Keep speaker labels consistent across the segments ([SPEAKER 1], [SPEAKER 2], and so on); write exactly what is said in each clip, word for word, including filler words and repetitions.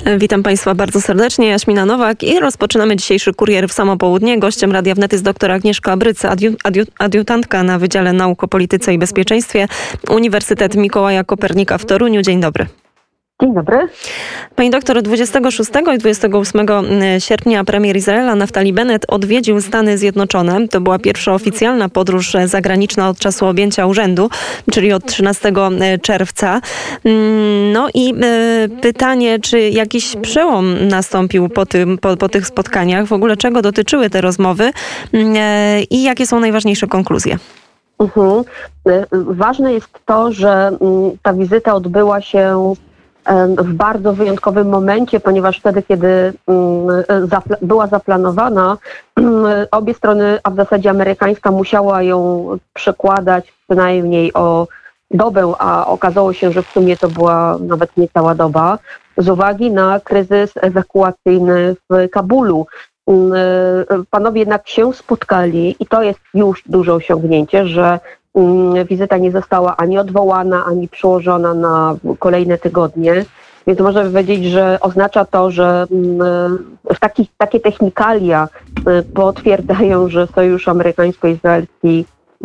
[SPEAKER 1] Witam Państwa bardzo serdecznie, Jaśmina Nowak i rozpoczynamy dzisiejszy kurier w samo południe. Gościem Radia Wnet jest doktor Agnieszka Bryc, adiu, adiu, adiutantka na Wydziale Nauk o Polityce i Bezpieczeństwie, Uniwersytet Mikołaja Kopernika w Toruniu. Dzień dobry.
[SPEAKER 2] Dzień dobry.
[SPEAKER 1] Pani doktor, dwudziestego szóstego i dwudziestego ósmego sierpnia premier Izraela Naftali Bennett odwiedził Stany Zjednoczone. To była pierwsza oficjalna podróż zagraniczna od czasu objęcia urzędu, czyli od trzynastego czerwca. No i pytanie, czy jakiś przełom nastąpił po, tym, po, po tych spotkaniach? W ogóle czego dotyczyły te rozmowy i jakie są najważniejsze konkluzje?
[SPEAKER 2] Mhm. Ważne jest to, że ta wizyta odbyła się w bardzo wyjątkowym momencie, ponieważ wtedy, kiedy zapla- była zaplanowana, obie strony, a w zasadzie amerykańska, musiała ją przekładać przynajmniej o dobę, a okazało się, że w sumie to była nawet nie cała doba, z uwagi na kryzys ewakuacyjny w Kabulu. Panowie jednak się spotkali i to jest już duże osiągnięcie, że wizyta nie została ani odwołana, ani przełożona na kolejne tygodnie. Więc można powiedzieć, że oznacza to, że w taki, takie technikalia potwierdzają, że sojusz amerykańsko-izraelski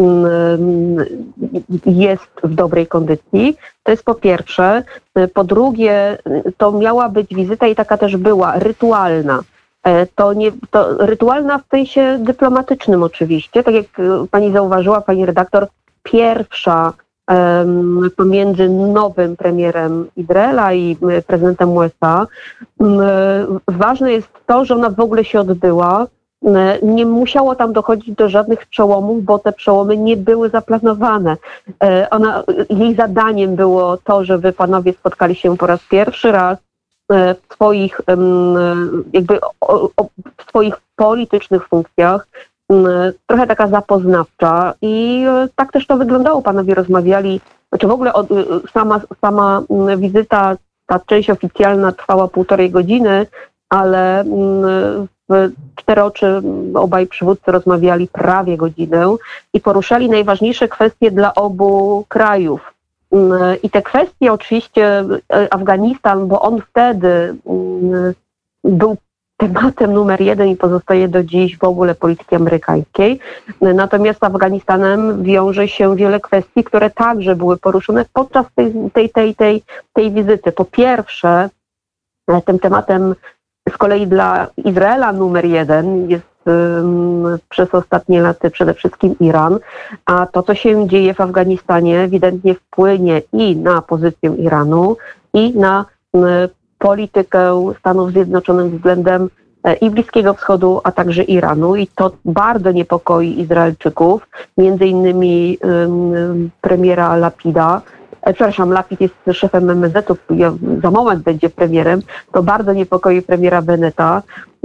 [SPEAKER 2] jest w dobrej kondycji. To jest po pierwsze. Po drugie, to miała być wizyta i taka też była, rytualna. To, nie, to rytualna w sensie dyplomatycznym oczywiście, tak jak pani zauważyła, pani redaktor, pierwsza um, pomiędzy nowym premierem Izraela i prezydentem U S A. Um, ważne jest to, że ona w ogóle się odbyła. Um, nie musiało tam dochodzić do żadnych przełomów, bo te przełomy nie były zaplanowane. Um, ona, jej zadaniem było to, żeby panowie spotkali się po raz pierwszy raz w swoich, jakby w swoich politycznych funkcjach, trochę taka zapoznawcza i tak też to wyglądało. Panowie rozmawiali, znaczy w ogóle sama, sama wizyta, ta część oficjalna trwała półtorej godziny, ale w cztery oczy obaj przywódcy rozmawiali prawie godzinę i poruszali najważniejsze kwestie dla obu krajów. I te kwestie oczywiście Afganistan, bo on wtedy był tematem numer jeden i pozostaje do dziś w ogóle polityki amerykańskiej. Natomiast z Afganistanem wiąże się wiele kwestii, które także były poruszone podczas tej, tej, tej, tej, tej wizyty. Po pierwsze, tym tematem z kolei dla Izraela numer jeden jest przez ostatnie lata przede wszystkim Iran, a to, co się dzieje w Afganistanie, ewidentnie wpłynie i na pozycję Iranu, i na politykę Stanów Zjednoczonych względem i Bliskiego Wschodu, a także Iranu, i to bardzo niepokoi Izraelczyków, między innymi um, premiera Lapida. Przepraszam, Lapid jest szefem M S Z-u, za moment będzie premierem, to bardzo niepokoi premiera Bennetta.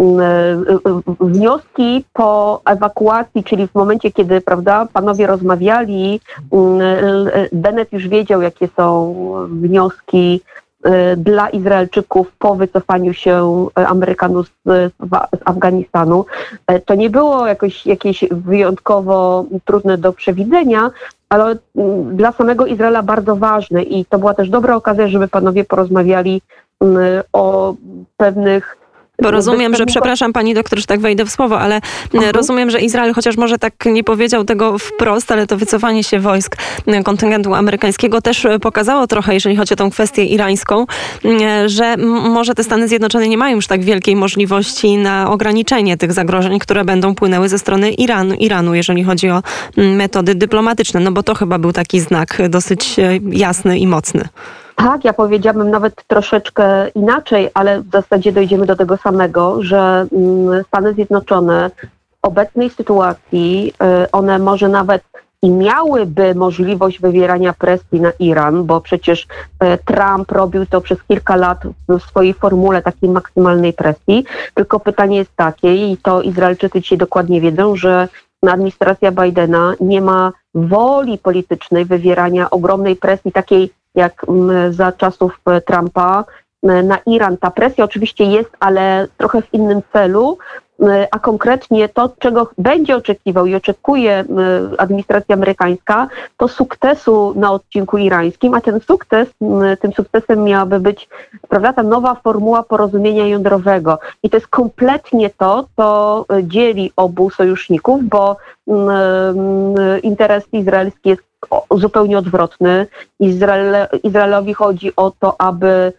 [SPEAKER 2] Wnioski po ewakuacji, czyli w momencie, kiedy, prawda, panowie rozmawiali, Bennett już wiedział, jakie są wnioski dla Izraelczyków po wycofaniu się Amerykanów z, z Afganistanu. To nie było jakoś, jakieś wyjątkowo trudne do przewidzenia, ale dla samego Izraela bardzo ważne i to była też dobra okazja, żeby panowie porozmawiali o pewnych...
[SPEAKER 1] Bo rozumiem, że, przepraszam pani doktor, że tak wejdę w słowo, ale uh-huh. rozumiem, że Izrael, chociaż może tak nie powiedział tego wprost, ale to wycofanie się wojsk kontyngentu amerykańskiego też pokazało trochę, jeżeli chodzi o tą kwestię irańską, że może te Stany Zjednoczone nie mają już tak wielkiej możliwości na ograniczenie tych zagrożeń, które będą płynęły ze strony Iranu, Iranu, jeżeli chodzi o metody dyplomatyczne, no bo to chyba był taki znak dosyć jasny i mocny.
[SPEAKER 2] Tak, ja powiedziałabym nawet troszeczkę inaczej, ale w zasadzie dojdziemy do tego samego, że Stany Zjednoczone w obecnej sytuacji, one może nawet i miałyby możliwość wywierania presji na Iran, bo przecież Trump robił to przez kilka lat w swojej formule takiej maksymalnej presji, tylko pytanie jest takie, i to Izraelczycy dzisiaj dokładnie wiedzą, że administracja Bidena nie ma woli politycznej wywierania ogromnej presji takiej jak za czasów Trumpa na Iran. Ta presja oczywiście jest, ale trochę w innym celu a konkretnie to, czego będzie oczekiwał i oczekuje administracja amerykańska, to sukcesu na odcinku irańskim, a ten sukces, tym sukcesem miałaby być, prawda, ta nowa formuła porozumienia jądrowego. I to jest kompletnie to, co dzieli obu sojuszników, bo interes izraelski jest zupełnie odwrotny. Izrael, Izraelowi chodzi o to, aby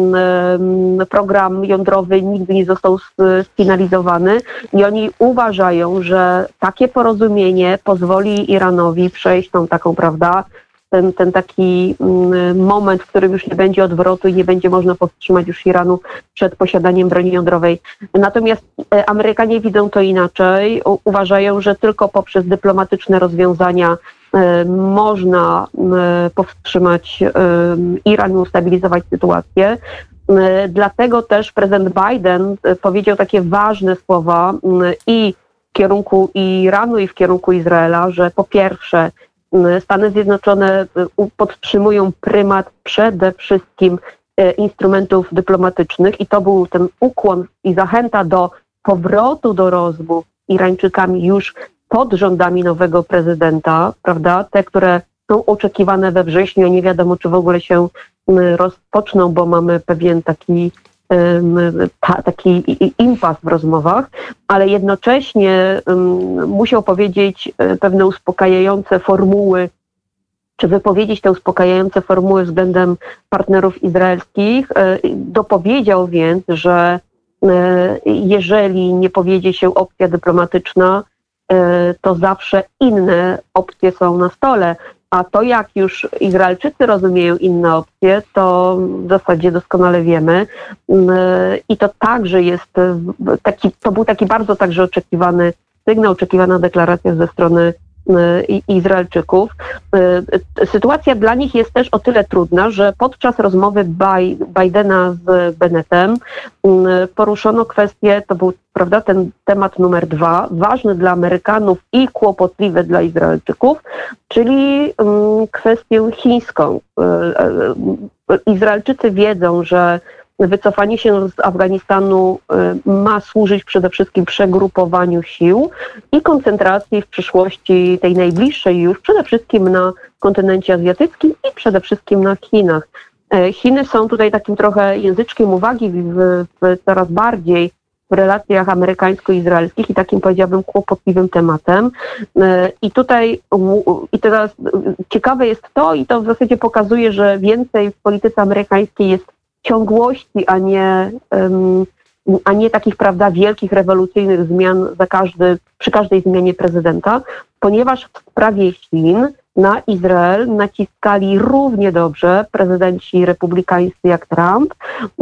[SPEAKER 2] program jądrowy nigdy nie został sfinalizowany i oni uważają, że takie porozumienie pozwoli Iranowi przejść tą taką, prawda, ten, ten taki moment, w którym już nie będzie odwrotu i nie będzie można powstrzymać już Iranu przed posiadaniem broni jądrowej. Natomiast Amerykanie widzą to inaczej. Uważają, że tylko poprzez dyplomatyczne rozwiązania można powstrzymać Iran i ustabilizować sytuację. Dlatego też prezydent Biden powiedział takie ważne słowa i w kierunku Iranu, i w kierunku Izraela, że po pierwsze Stany Zjednoczone podtrzymują prymat przede wszystkim instrumentów dyplomatycznych i to był ten ukłon i zachęta do powrotu do rozmów z Irańczykami już pod rządami nowego prezydenta, prawda? Te, które są oczekiwane we wrześniu, a nie wiadomo, czy w ogóle się rozpoczną, bo mamy pewien taki, taki impas w rozmowach, ale jednocześnie musiał powiedzieć pewne uspokajające formuły, czy wypowiedzieć te uspokajające formuły względem partnerów izraelskich. Dopowiedział więc, że jeżeli nie powiedzie się opcja dyplomatyczna, to zawsze inne opcje są na stole. A to, jak już Izraelczycy rozumieją inne opcje, to w zasadzie doskonale wiemy. I to także jest taki, to był taki bardzo także oczekiwany sygnał, oczekiwana deklaracja ze strony Izraelczyków. Sytuacja dla nich jest też o tyle trudna, że podczas rozmowy Bidena z Bennettem poruszono kwestię, to był, prawda, ten temat numer dwa, ważny dla Amerykanów i kłopotliwy dla Izraelczyków, czyli kwestię chińską. Izraelczycy wiedzą, że wycofanie się z Afganistanu ma służyć przede wszystkim przegrupowaniu sił i koncentracji w przyszłości tej najbliższej już przede wszystkim na kontynencie azjatyckim i przede wszystkim na Chinach. Chiny są tutaj takim trochę języczkiem uwagi w, w coraz bardziej w relacjach amerykańsko-izraelskich i takim, powiedziałabym, kłopotliwym tematem. I tutaj i teraz ciekawe jest to, i to w zasadzie pokazuje, że więcej w polityce amerykańskiej jest ciągłości, a nie, um, a nie takich, prawda, wielkich, rewolucyjnych zmian za każdy, przy każdej zmianie prezydenta, ponieważ w sprawie Chin na Izrael naciskali równie dobrze prezydenci republikańscy jak Trump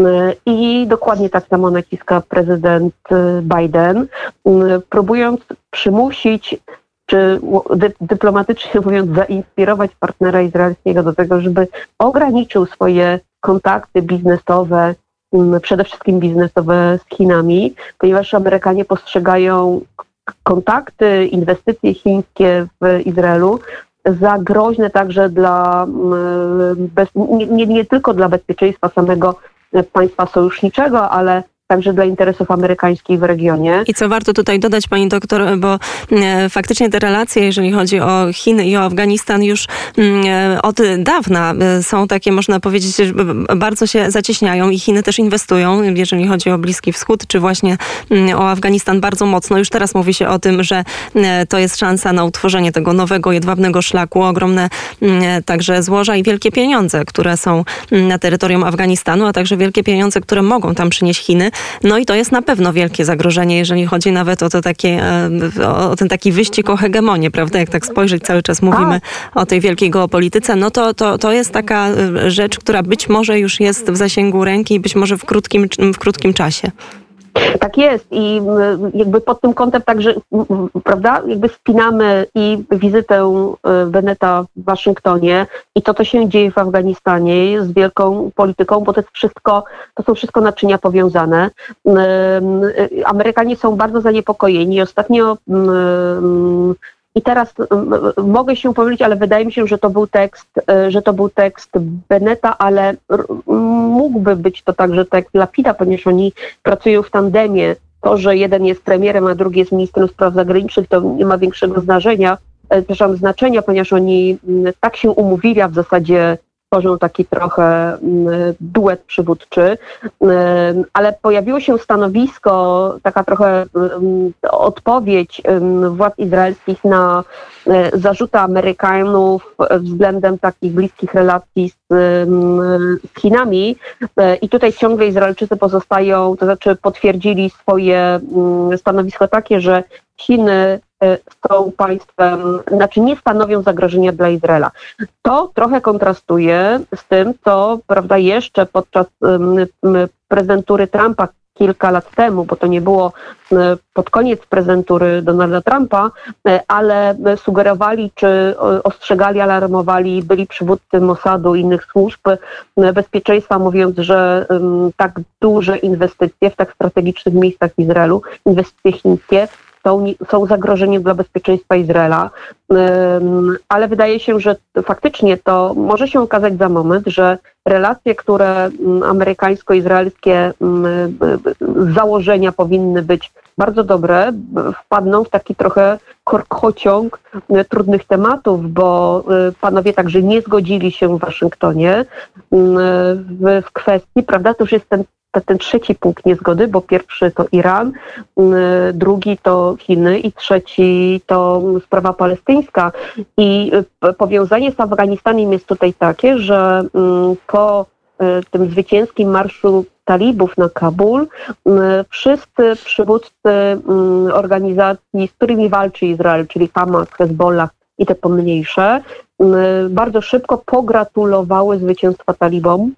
[SPEAKER 2] i dokładnie tak samo naciska prezydent Biden, próbując przymusić czy dy, dyplomatycznie mówiąc, zainspirować partnera izraelskiego do tego, żeby ograniczył swoje kontakty biznesowe, przede wszystkim biznesowe z Chinami, ponieważ Amerykanie postrzegają kontakty, inwestycje chińskie w Izraelu za groźne także dla, bez, nie, nie tylko dla bezpieczeństwa samego państwa sojuszniczego, ale także dla interesów amerykańskich w regionie.
[SPEAKER 1] I co warto tutaj dodać, pani doktor, bo e, faktycznie te relacje, jeżeli chodzi o Chiny i o Afganistan, już e, od dawna e, są takie, można powiedzieć, bardzo się zacieśniają i Chiny też inwestują, jeżeli chodzi o Bliski Wschód, czy właśnie e, o Afganistan bardzo mocno. Już teraz mówi się o tym, że e, to jest szansa na utworzenie tego nowego, jedwabnego szlaku, ogromne e, także złoża i wielkie pieniądze, które są na terytorium Afganistanu, a także wielkie pieniądze, które mogą tam przynieść Chiny. No i to jest na pewno wielkie zagrożenie, jeżeli chodzi nawet o to takie, o ten taki wyścig o hegemonię, prawda? Jak tak spojrzeć, cały czas mówimy o tej wielkiej geopolityce, no to, to, to jest taka rzecz, która być może już jest w zasięgu ręki i być może w krótkim, w krótkim czasie.
[SPEAKER 2] Tak jest i jakby pod tym kątem także, prawda, jakby spinamy i wizytę Bennetta w Waszyngtonie i to, co się dzieje w Afganistanie z wielką polityką, bo to jest wszystko, to są wszystko naczynia powiązane. Amerykanie są bardzo zaniepokojeni. Ostatnio i teraz mogę się pomylić, ale wydaje mi się, że to był tekst, że to był tekst Bennetta, ale mógłby być to także tekst Lapida, ponieważ oni pracują w tandemie to, że jeden jest premierem, a drugi jest ministrem spraw zagranicznych, to nie ma większego znaczenia, przepraszam, znaczenia, ponieważ oni tak się umówili, a w zasadzie tworzą taki trochę duet przywódczy, ale pojawiło się stanowisko, taka trochę odpowiedź władz izraelskich na zarzuty Amerykanów względem takich bliskich relacji z, z Chinami i tutaj ciągle Izraelczycy pozostają, to znaczy potwierdzili swoje stanowisko takie, że Chiny są państwem, znaczy nie stanowią zagrożenia dla Izraela. To trochę kontrastuje z tym, co prawda jeszcze podczas prezydentury Trumpa kilka lat temu, bo to nie było pod koniec prezydentury Donalda Trumpa, ale sugerowali, czy ostrzegali, alarmowali, byli przywódcy Mossadu i innych służb bezpieczeństwa, mówiąc, że tak duże inwestycje w tak strategicznych miejscach w Izraelu, inwestycje chińskie, Są, są zagrożeniem dla bezpieczeństwa Izraela, ale wydaje się, że faktycznie to może się okazać za moment, że relacje, które amerykańsko-izraelskie z założenia powinny być bardzo dobre, wpadną w taki trochę korkociąg trudnych tematów, bo panowie także nie zgodzili się w Waszyngtonie w, w kwestii, prawda, to już jest ten ten trzeci punkt niezgody, bo pierwszy to Iran, drugi to Chiny i trzeci to sprawa palestyńska. I powiązanie z Afganistanem jest tutaj takie, że po tym zwycięskim marszu talibów na Kabul wszyscy przywódcy organizacji, z którymi walczy Izrael, czyli Hamas, Hezbollah i te pomniejsze, bardzo szybko pogratulowały zwycięstwa talibom.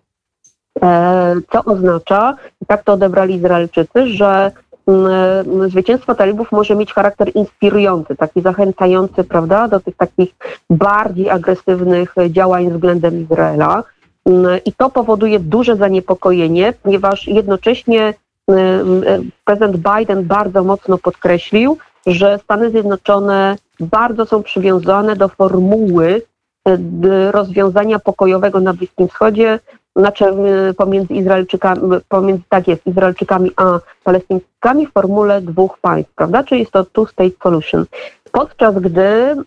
[SPEAKER 2] Co oznacza, i tak to odebrali Izraelczycy, że zwycięstwo talibów może mieć charakter inspirujący, taki zachęcający, prawda, do tych takich bardziej agresywnych działań względem Izraela. I to powoduje duże zaniepokojenie, ponieważ jednocześnie prezydent Biden bardzo mocno podkreślił, że Stany Zjednoczone bardzo są przywiązane do formuły rozwiązania pokojowego na Bliskim Wschodzie, znaczy pomiędzy Izraelczykami, pomiędzy, tak jest, Izraelczykami a Palestyńczykami w formule dwóch państw, prawda? Czyli jest to two-state solution. Podczas gdy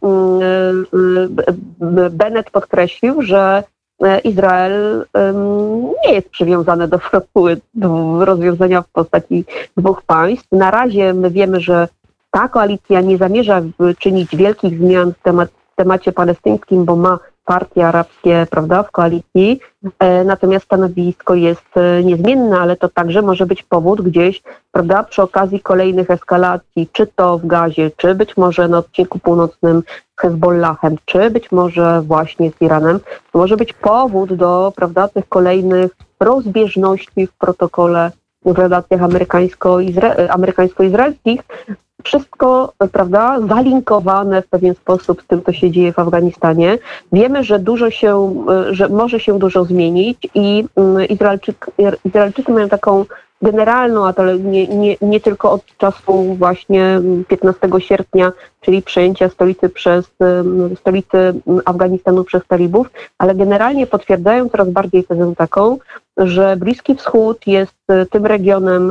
[SPEAKER 2] Bennett podkreślił, że Izrael nie jest przywiązany do formuły do rozwiązania w postaci dwóch państw. Na razie my wiemy, że ta koalicja nie zamierza czynić wielkich zmian w temat, w temacie palestyńskim, bo ma partie arabskie, prawda, w koalicji, e, natomiast stanowisko jest e, niezmienne, ale to także może być powód gdzieś, prawda, przy okazji kolejnych eskalacji, czy to w Gazie, czy być może na odcinku północnym z Hezbollahem, czy być może właśnie z Iranem, to może być powód do, prawda, tych kolejnych rozbieżności w protokole w relacjach amerykańsko-izra- amerykańsko-izraelskich. Wszystko, prawda, zalinkowane w pewien sposób z tym, co się dzieje w Afganistanie. Wiemy, że dużo się, że może się dużo zmienić i Izraelczyk, Izraelczycy mają taką generalną, a to nie, nie, nie tylko od czasu właśnie piętnastego sierpnia, czyli przejęcia stolicy przez stolicy Afganistanu przez talibów, ale generalnie potwierdzają coraz bardziej tezę taką, że Bliski Wschód jest tym regionem,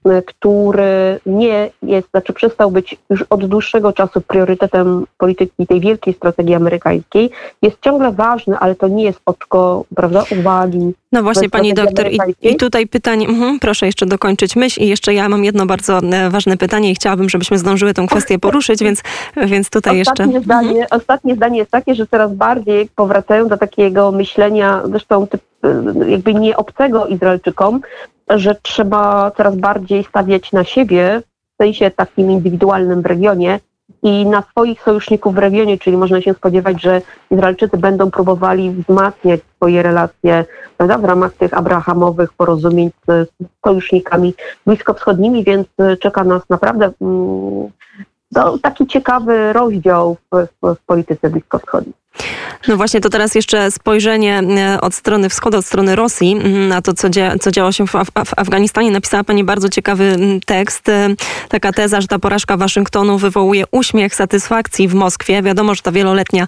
[SPEAKER 2] który nie jest, znaczy przestał być już od dłuższego czasu priorytetem polityki tej wielkiej strategii amerykańskiej, jest ciągle ważny, ale to nie jest oczko, prawda, uwagi.
[SPEAKER 1] No właśnie, pani doktor, i, i tutaj pytanie, mhm, proszę jeszcze dokończyć myśl i jeszcze ja mam jedno bardzo ważne pytanie i chciałabym, żebyśmy zdążyły tę kwestię poruszyć, więc, więc tutaj
[SPEAKER 2] ostatnie
[SPEAKER 1] jeszcze...
[SPEAKER 2] Zdanie,
[SPEAKER 1] mhm.
[SPEAKER 2] Ostatnie zdanie jest takie, że coraz bardziej powracają do takiego myślenia, zresztą typ, jakby nie obcego Izraelczykom, że trzeba coraz bardziej stawiać na siebie, w sensie takim indywidualnym w regionie i na swoich sojuszników w regionie, czyli można się spodziewać, że Izraelczycy będą próbowali wzmacniać swoje relacje, prawda, w ramach tych abrahamowych porozumień z sojusznikami bliskowschodnimi, więc czeka nas naprawdę mm, to taki ciekawy rozdział w, w, w polityce bliskowschodniej.
[SPEAKER 1] No właśnie, to teraz jeszcze spojrzenie od strony wschodu, od strony Rosji na to, co, dzia- co działo się w, Af- w Afganistanie. Napisała pani bardzo ciekawy tekst. Taka teza, że ta porażka Waszyngtonu wywołuje uśmiech satysfakcji w Moskwie. Wiadomo, że ta wieloletnia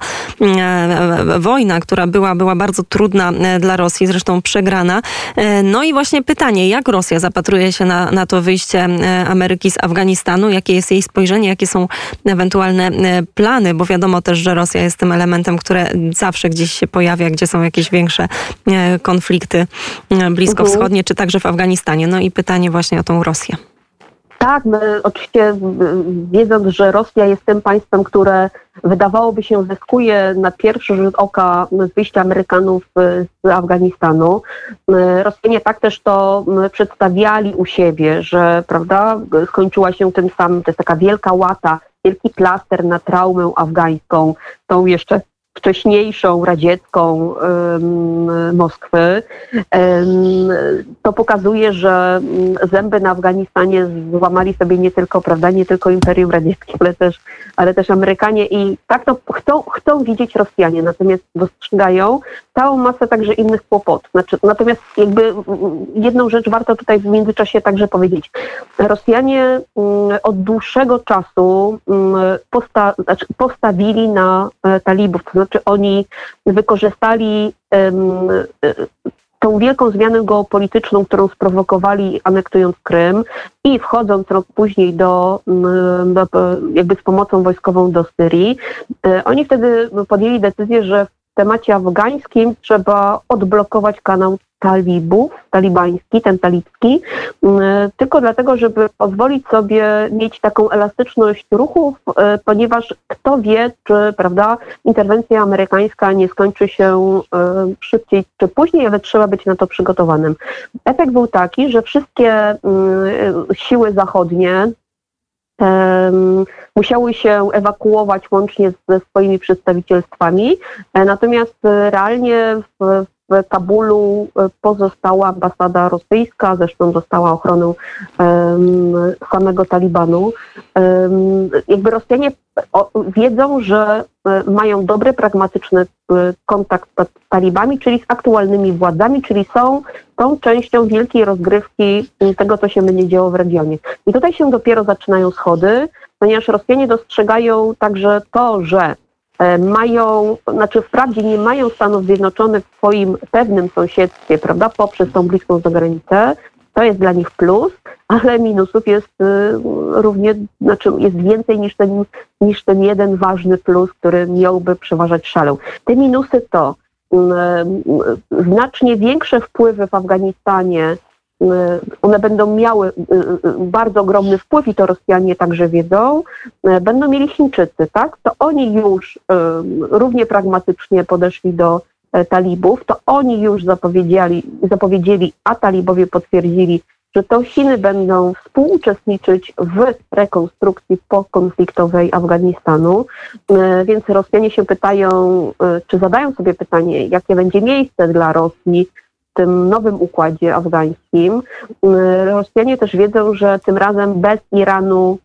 [SPEAKER 1] e, wojna, która była, była bardzo trudna dla Rosji, zresztą przegrana. E, no i właśnie pytanie, jak Rosja zapatruje się na, na to wyjście Ameryki z Afganistanu? Jakie jest jej spojrzenie? Jakie są ewentualne plany? Bo wiadomo też, że Rosja jest tym elementem, które zawsze gdzieś się pojawia, gdzie są jakieś większe konflikty bliskowschodnie, czy także w Afganistanie. No i pytanie właśnie o tą Rosję.
[SPEAKER 2] Tak, my oczywiście wiedząc, że Rosja jest tym państwem, które wydawałoby się zyskuje na pierwszy rzut oka z wyjścia Amerykanów z Afganistanu. Rosjanie tak też to przedstawiali u siebie, że prawda, skończyła się tym samym, to jest taka wielka łata, wielki plaster na traumę afgańską, tą jeszcze wcześniejszą, radziecką um, Moskwy. Um, to pokazuje, że zęby na Afganistanie złamali sobie nie tylko, prawda, nie tylko Imperium Radzieckie, ale też, ale też Amerykanie i tak to chcą, chcą widzieć Rosjanie, natomiast dostrzegają całą masę także innych kłopotów. Znaczy, natomiast jakby jedną rzecz warto tutaj w międzyczasie także powiedzieć. Rosjanie um, od dłuższego czasu um, posta- znaczy postawili na e, talibów, to znaczy oni wykorzystali um, tą wielką zmianę geopolityczną, którą sprowokowali anektując Krym i wchodząc rok później do, do jakby z pomocą wojskową do Syrii. Oni wtedy podjęli decyzję, że w temacie afgańskim trzeba odblokować kanał talibów, talibański, ten talibski, tylko dlatego, żeby pozwolić sobie mieć taką elastyczność ruchów, ponieważ kto wie, czy prawda, interwencja amerykańska nie skończy się szybciej czy później, ale trzeba być na to przygotowanym. Efekt był taki, że wszystkie siły zachodnie Um, musiały się ewakuować łącznie ze swoimi przedstawicielstwami, natomiast realnie w, w Kabulu pozostała ambasada rosyjska, zresztą dostała ochronę um, samego Talibanu. Um, jakby Rosjanie o, wiedzą, że mają dobry, pragmatyczny kontakt z talibami, czyli z aktualnymi władzami, czyli są tą częścią wielkiej rozgrywki tego, co się będzie działo w regionie. I tutaj się dopiero zaczynają schody, ponieważ Rosjanie dostrzegają także to, że mają, znaczy wprawdzie nie mają Stanów Zjednoczonych w swoim pewnym sąsiedztwie, prawda, poprzez tą bliską zagranicę, to jest dla nich plus, ale minusów jest równie, znaczy jest więcej niż ten, niż ten jeden ważny plus, który miałby przeważać szalę. Te minusy to znacznie większe wpływy w Afganistanie, one będą miały bardzo ogromny wpływ i to Rosjanie także wiedzą, będą mieli Chińczycy, tak? To oni już równie pragmatycznie podeszli do talibów, to oni już zapowiedzieli, zapowiedzieli, a talibowie potwierdzili, że to Chiny będą współuczestniczyć w rekonstrukcji pokonfliktowej Afganistanu, więc Rosjanie się pytają, czy zadają sobie pytanie, jakie będzie miejsce dla Rosji w tym nowym układzie afgańskim. Rosjanie też wiedzą, że tym razem bez Iranu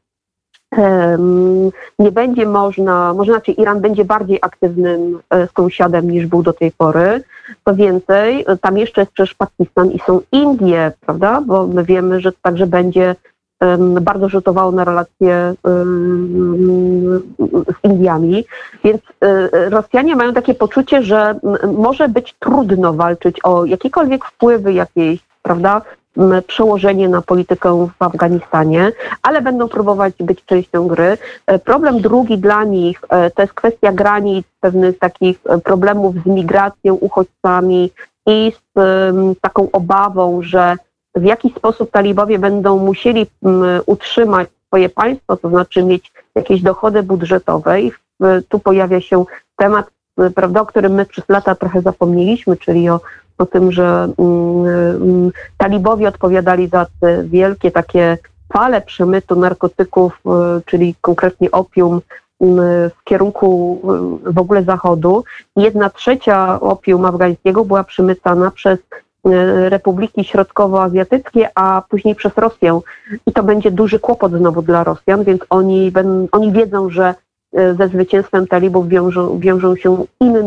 [SPEAKER 2] nie będzie można, może znaczy Iran będzie bardziej aktywnym sąsiadem niż był do tej pory. Co więcej, tam jeszcze jest przecież Pakistan i są Indie, prawda? Bo my wiemy, że to także będzie bardzo rzutowało na relacje z Indiami. Więc Rosjanie mają takie poczucie, że może być trudno walczyć o jakiekolwiek wpływy jakieś, prawda? Przełożenie na politykę w Afganistanie, ale będą próbować być częścią gry. Problem drugi dla nich to jest kwestia granic, pewnych takich problemów z migracją, uchodźcami i z taką obawą, że w jaki sposób talibowie będą musieli utrzymać swoje państwo, to znaczy mieć jakieś dochody budżetowe. I tu pojawia się temat, prawda, o którym my przez lata trochę zapomnieliśmy, czyli o o tym, że um, talibowie odpowiadali za te wielkie takie fale przemytu narkotyków, y, czyli konkretnie opium y, w kierunku y, w ogóle zachodu. Jedna trzecia opium afgańskiego była przemycana przez y, republiki środkowoazjatyckie, a później przez Rosję. I to będzie duży kłopot znowu dla Rosjan, więc oni, ben, oni wiedzą, że y, ze zwycięstwem talibów wiążą, wiążą się inne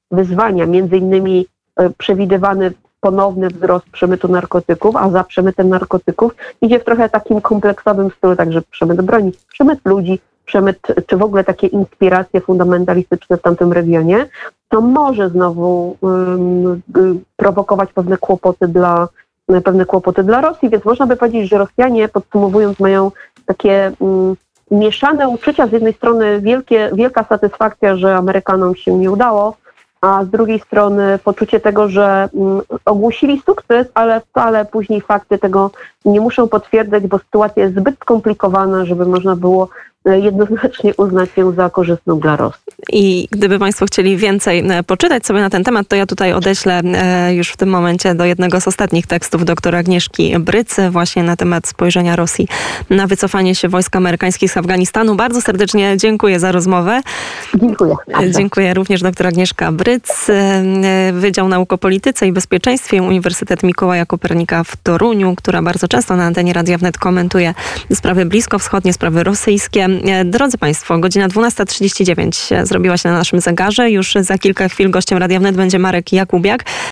[SPEAKER 2] wyzwania, między innymi przewidywany ponowny wzrost przemytu narkotyków, a za przemytem narkotyków idzie w trochę takim kompleksowym stylu, także przemyt broni, przemyt ludzi, przemyt, czy w ogóle takie inspiracje fundamentalistyczne w tamtym regionie, to może znowu um, prowokować pewne kłopoty dla pewne kłopoty dla Rosji, więc można by powiedzieć, że Rosjanie, podsumowując, mają takie um, mieszane uczucia. Z jednej strony wielkie, wielka satysfakcja, że Amerykanom się nie udało, a z drugiej strony poczucie tego, że um, ogłosili sukces, ale wcale później fakty tego nie muszą potwierdzać, bo sytuacja jest zbyt skomplikowana, żeby można było jednoznacznie uznać ją za korzystną dla Rosji.
[SPEAKER 1] I gdyby Państwo chcieli więcej poczytać sobie na ten temat, to ja tutaj odeślę już w tym momencie do jednego z ostatnich tekstów doktora Agnieszki Brycy właśnie na temat spojrzenia Rosji na wycofanie się wojsk amerykańskich z Afganistanu. Bardzo serdecznie dziękuję za rozmowę.
[SPEAKER 2] Dziękuję.
[SPEAKER 1] Dziękuję również doktor Agnieszka Bryc, Wydział Nauk o Polityce i Bezpieczeństwie, Uniwersytet Mikołaja Kopernika w Toruniu, która bardzo często na antenie Radia Wnet komentuje sprawy bliskowschodnie, sprawy rosyjskie. Drodzy Państwo, godzina dwunasta trzydzieści dziewięć zrobiła się na naszym zegarze. Już za kilka chwil gościem Radia Wnet będzie Marek Jakubiak.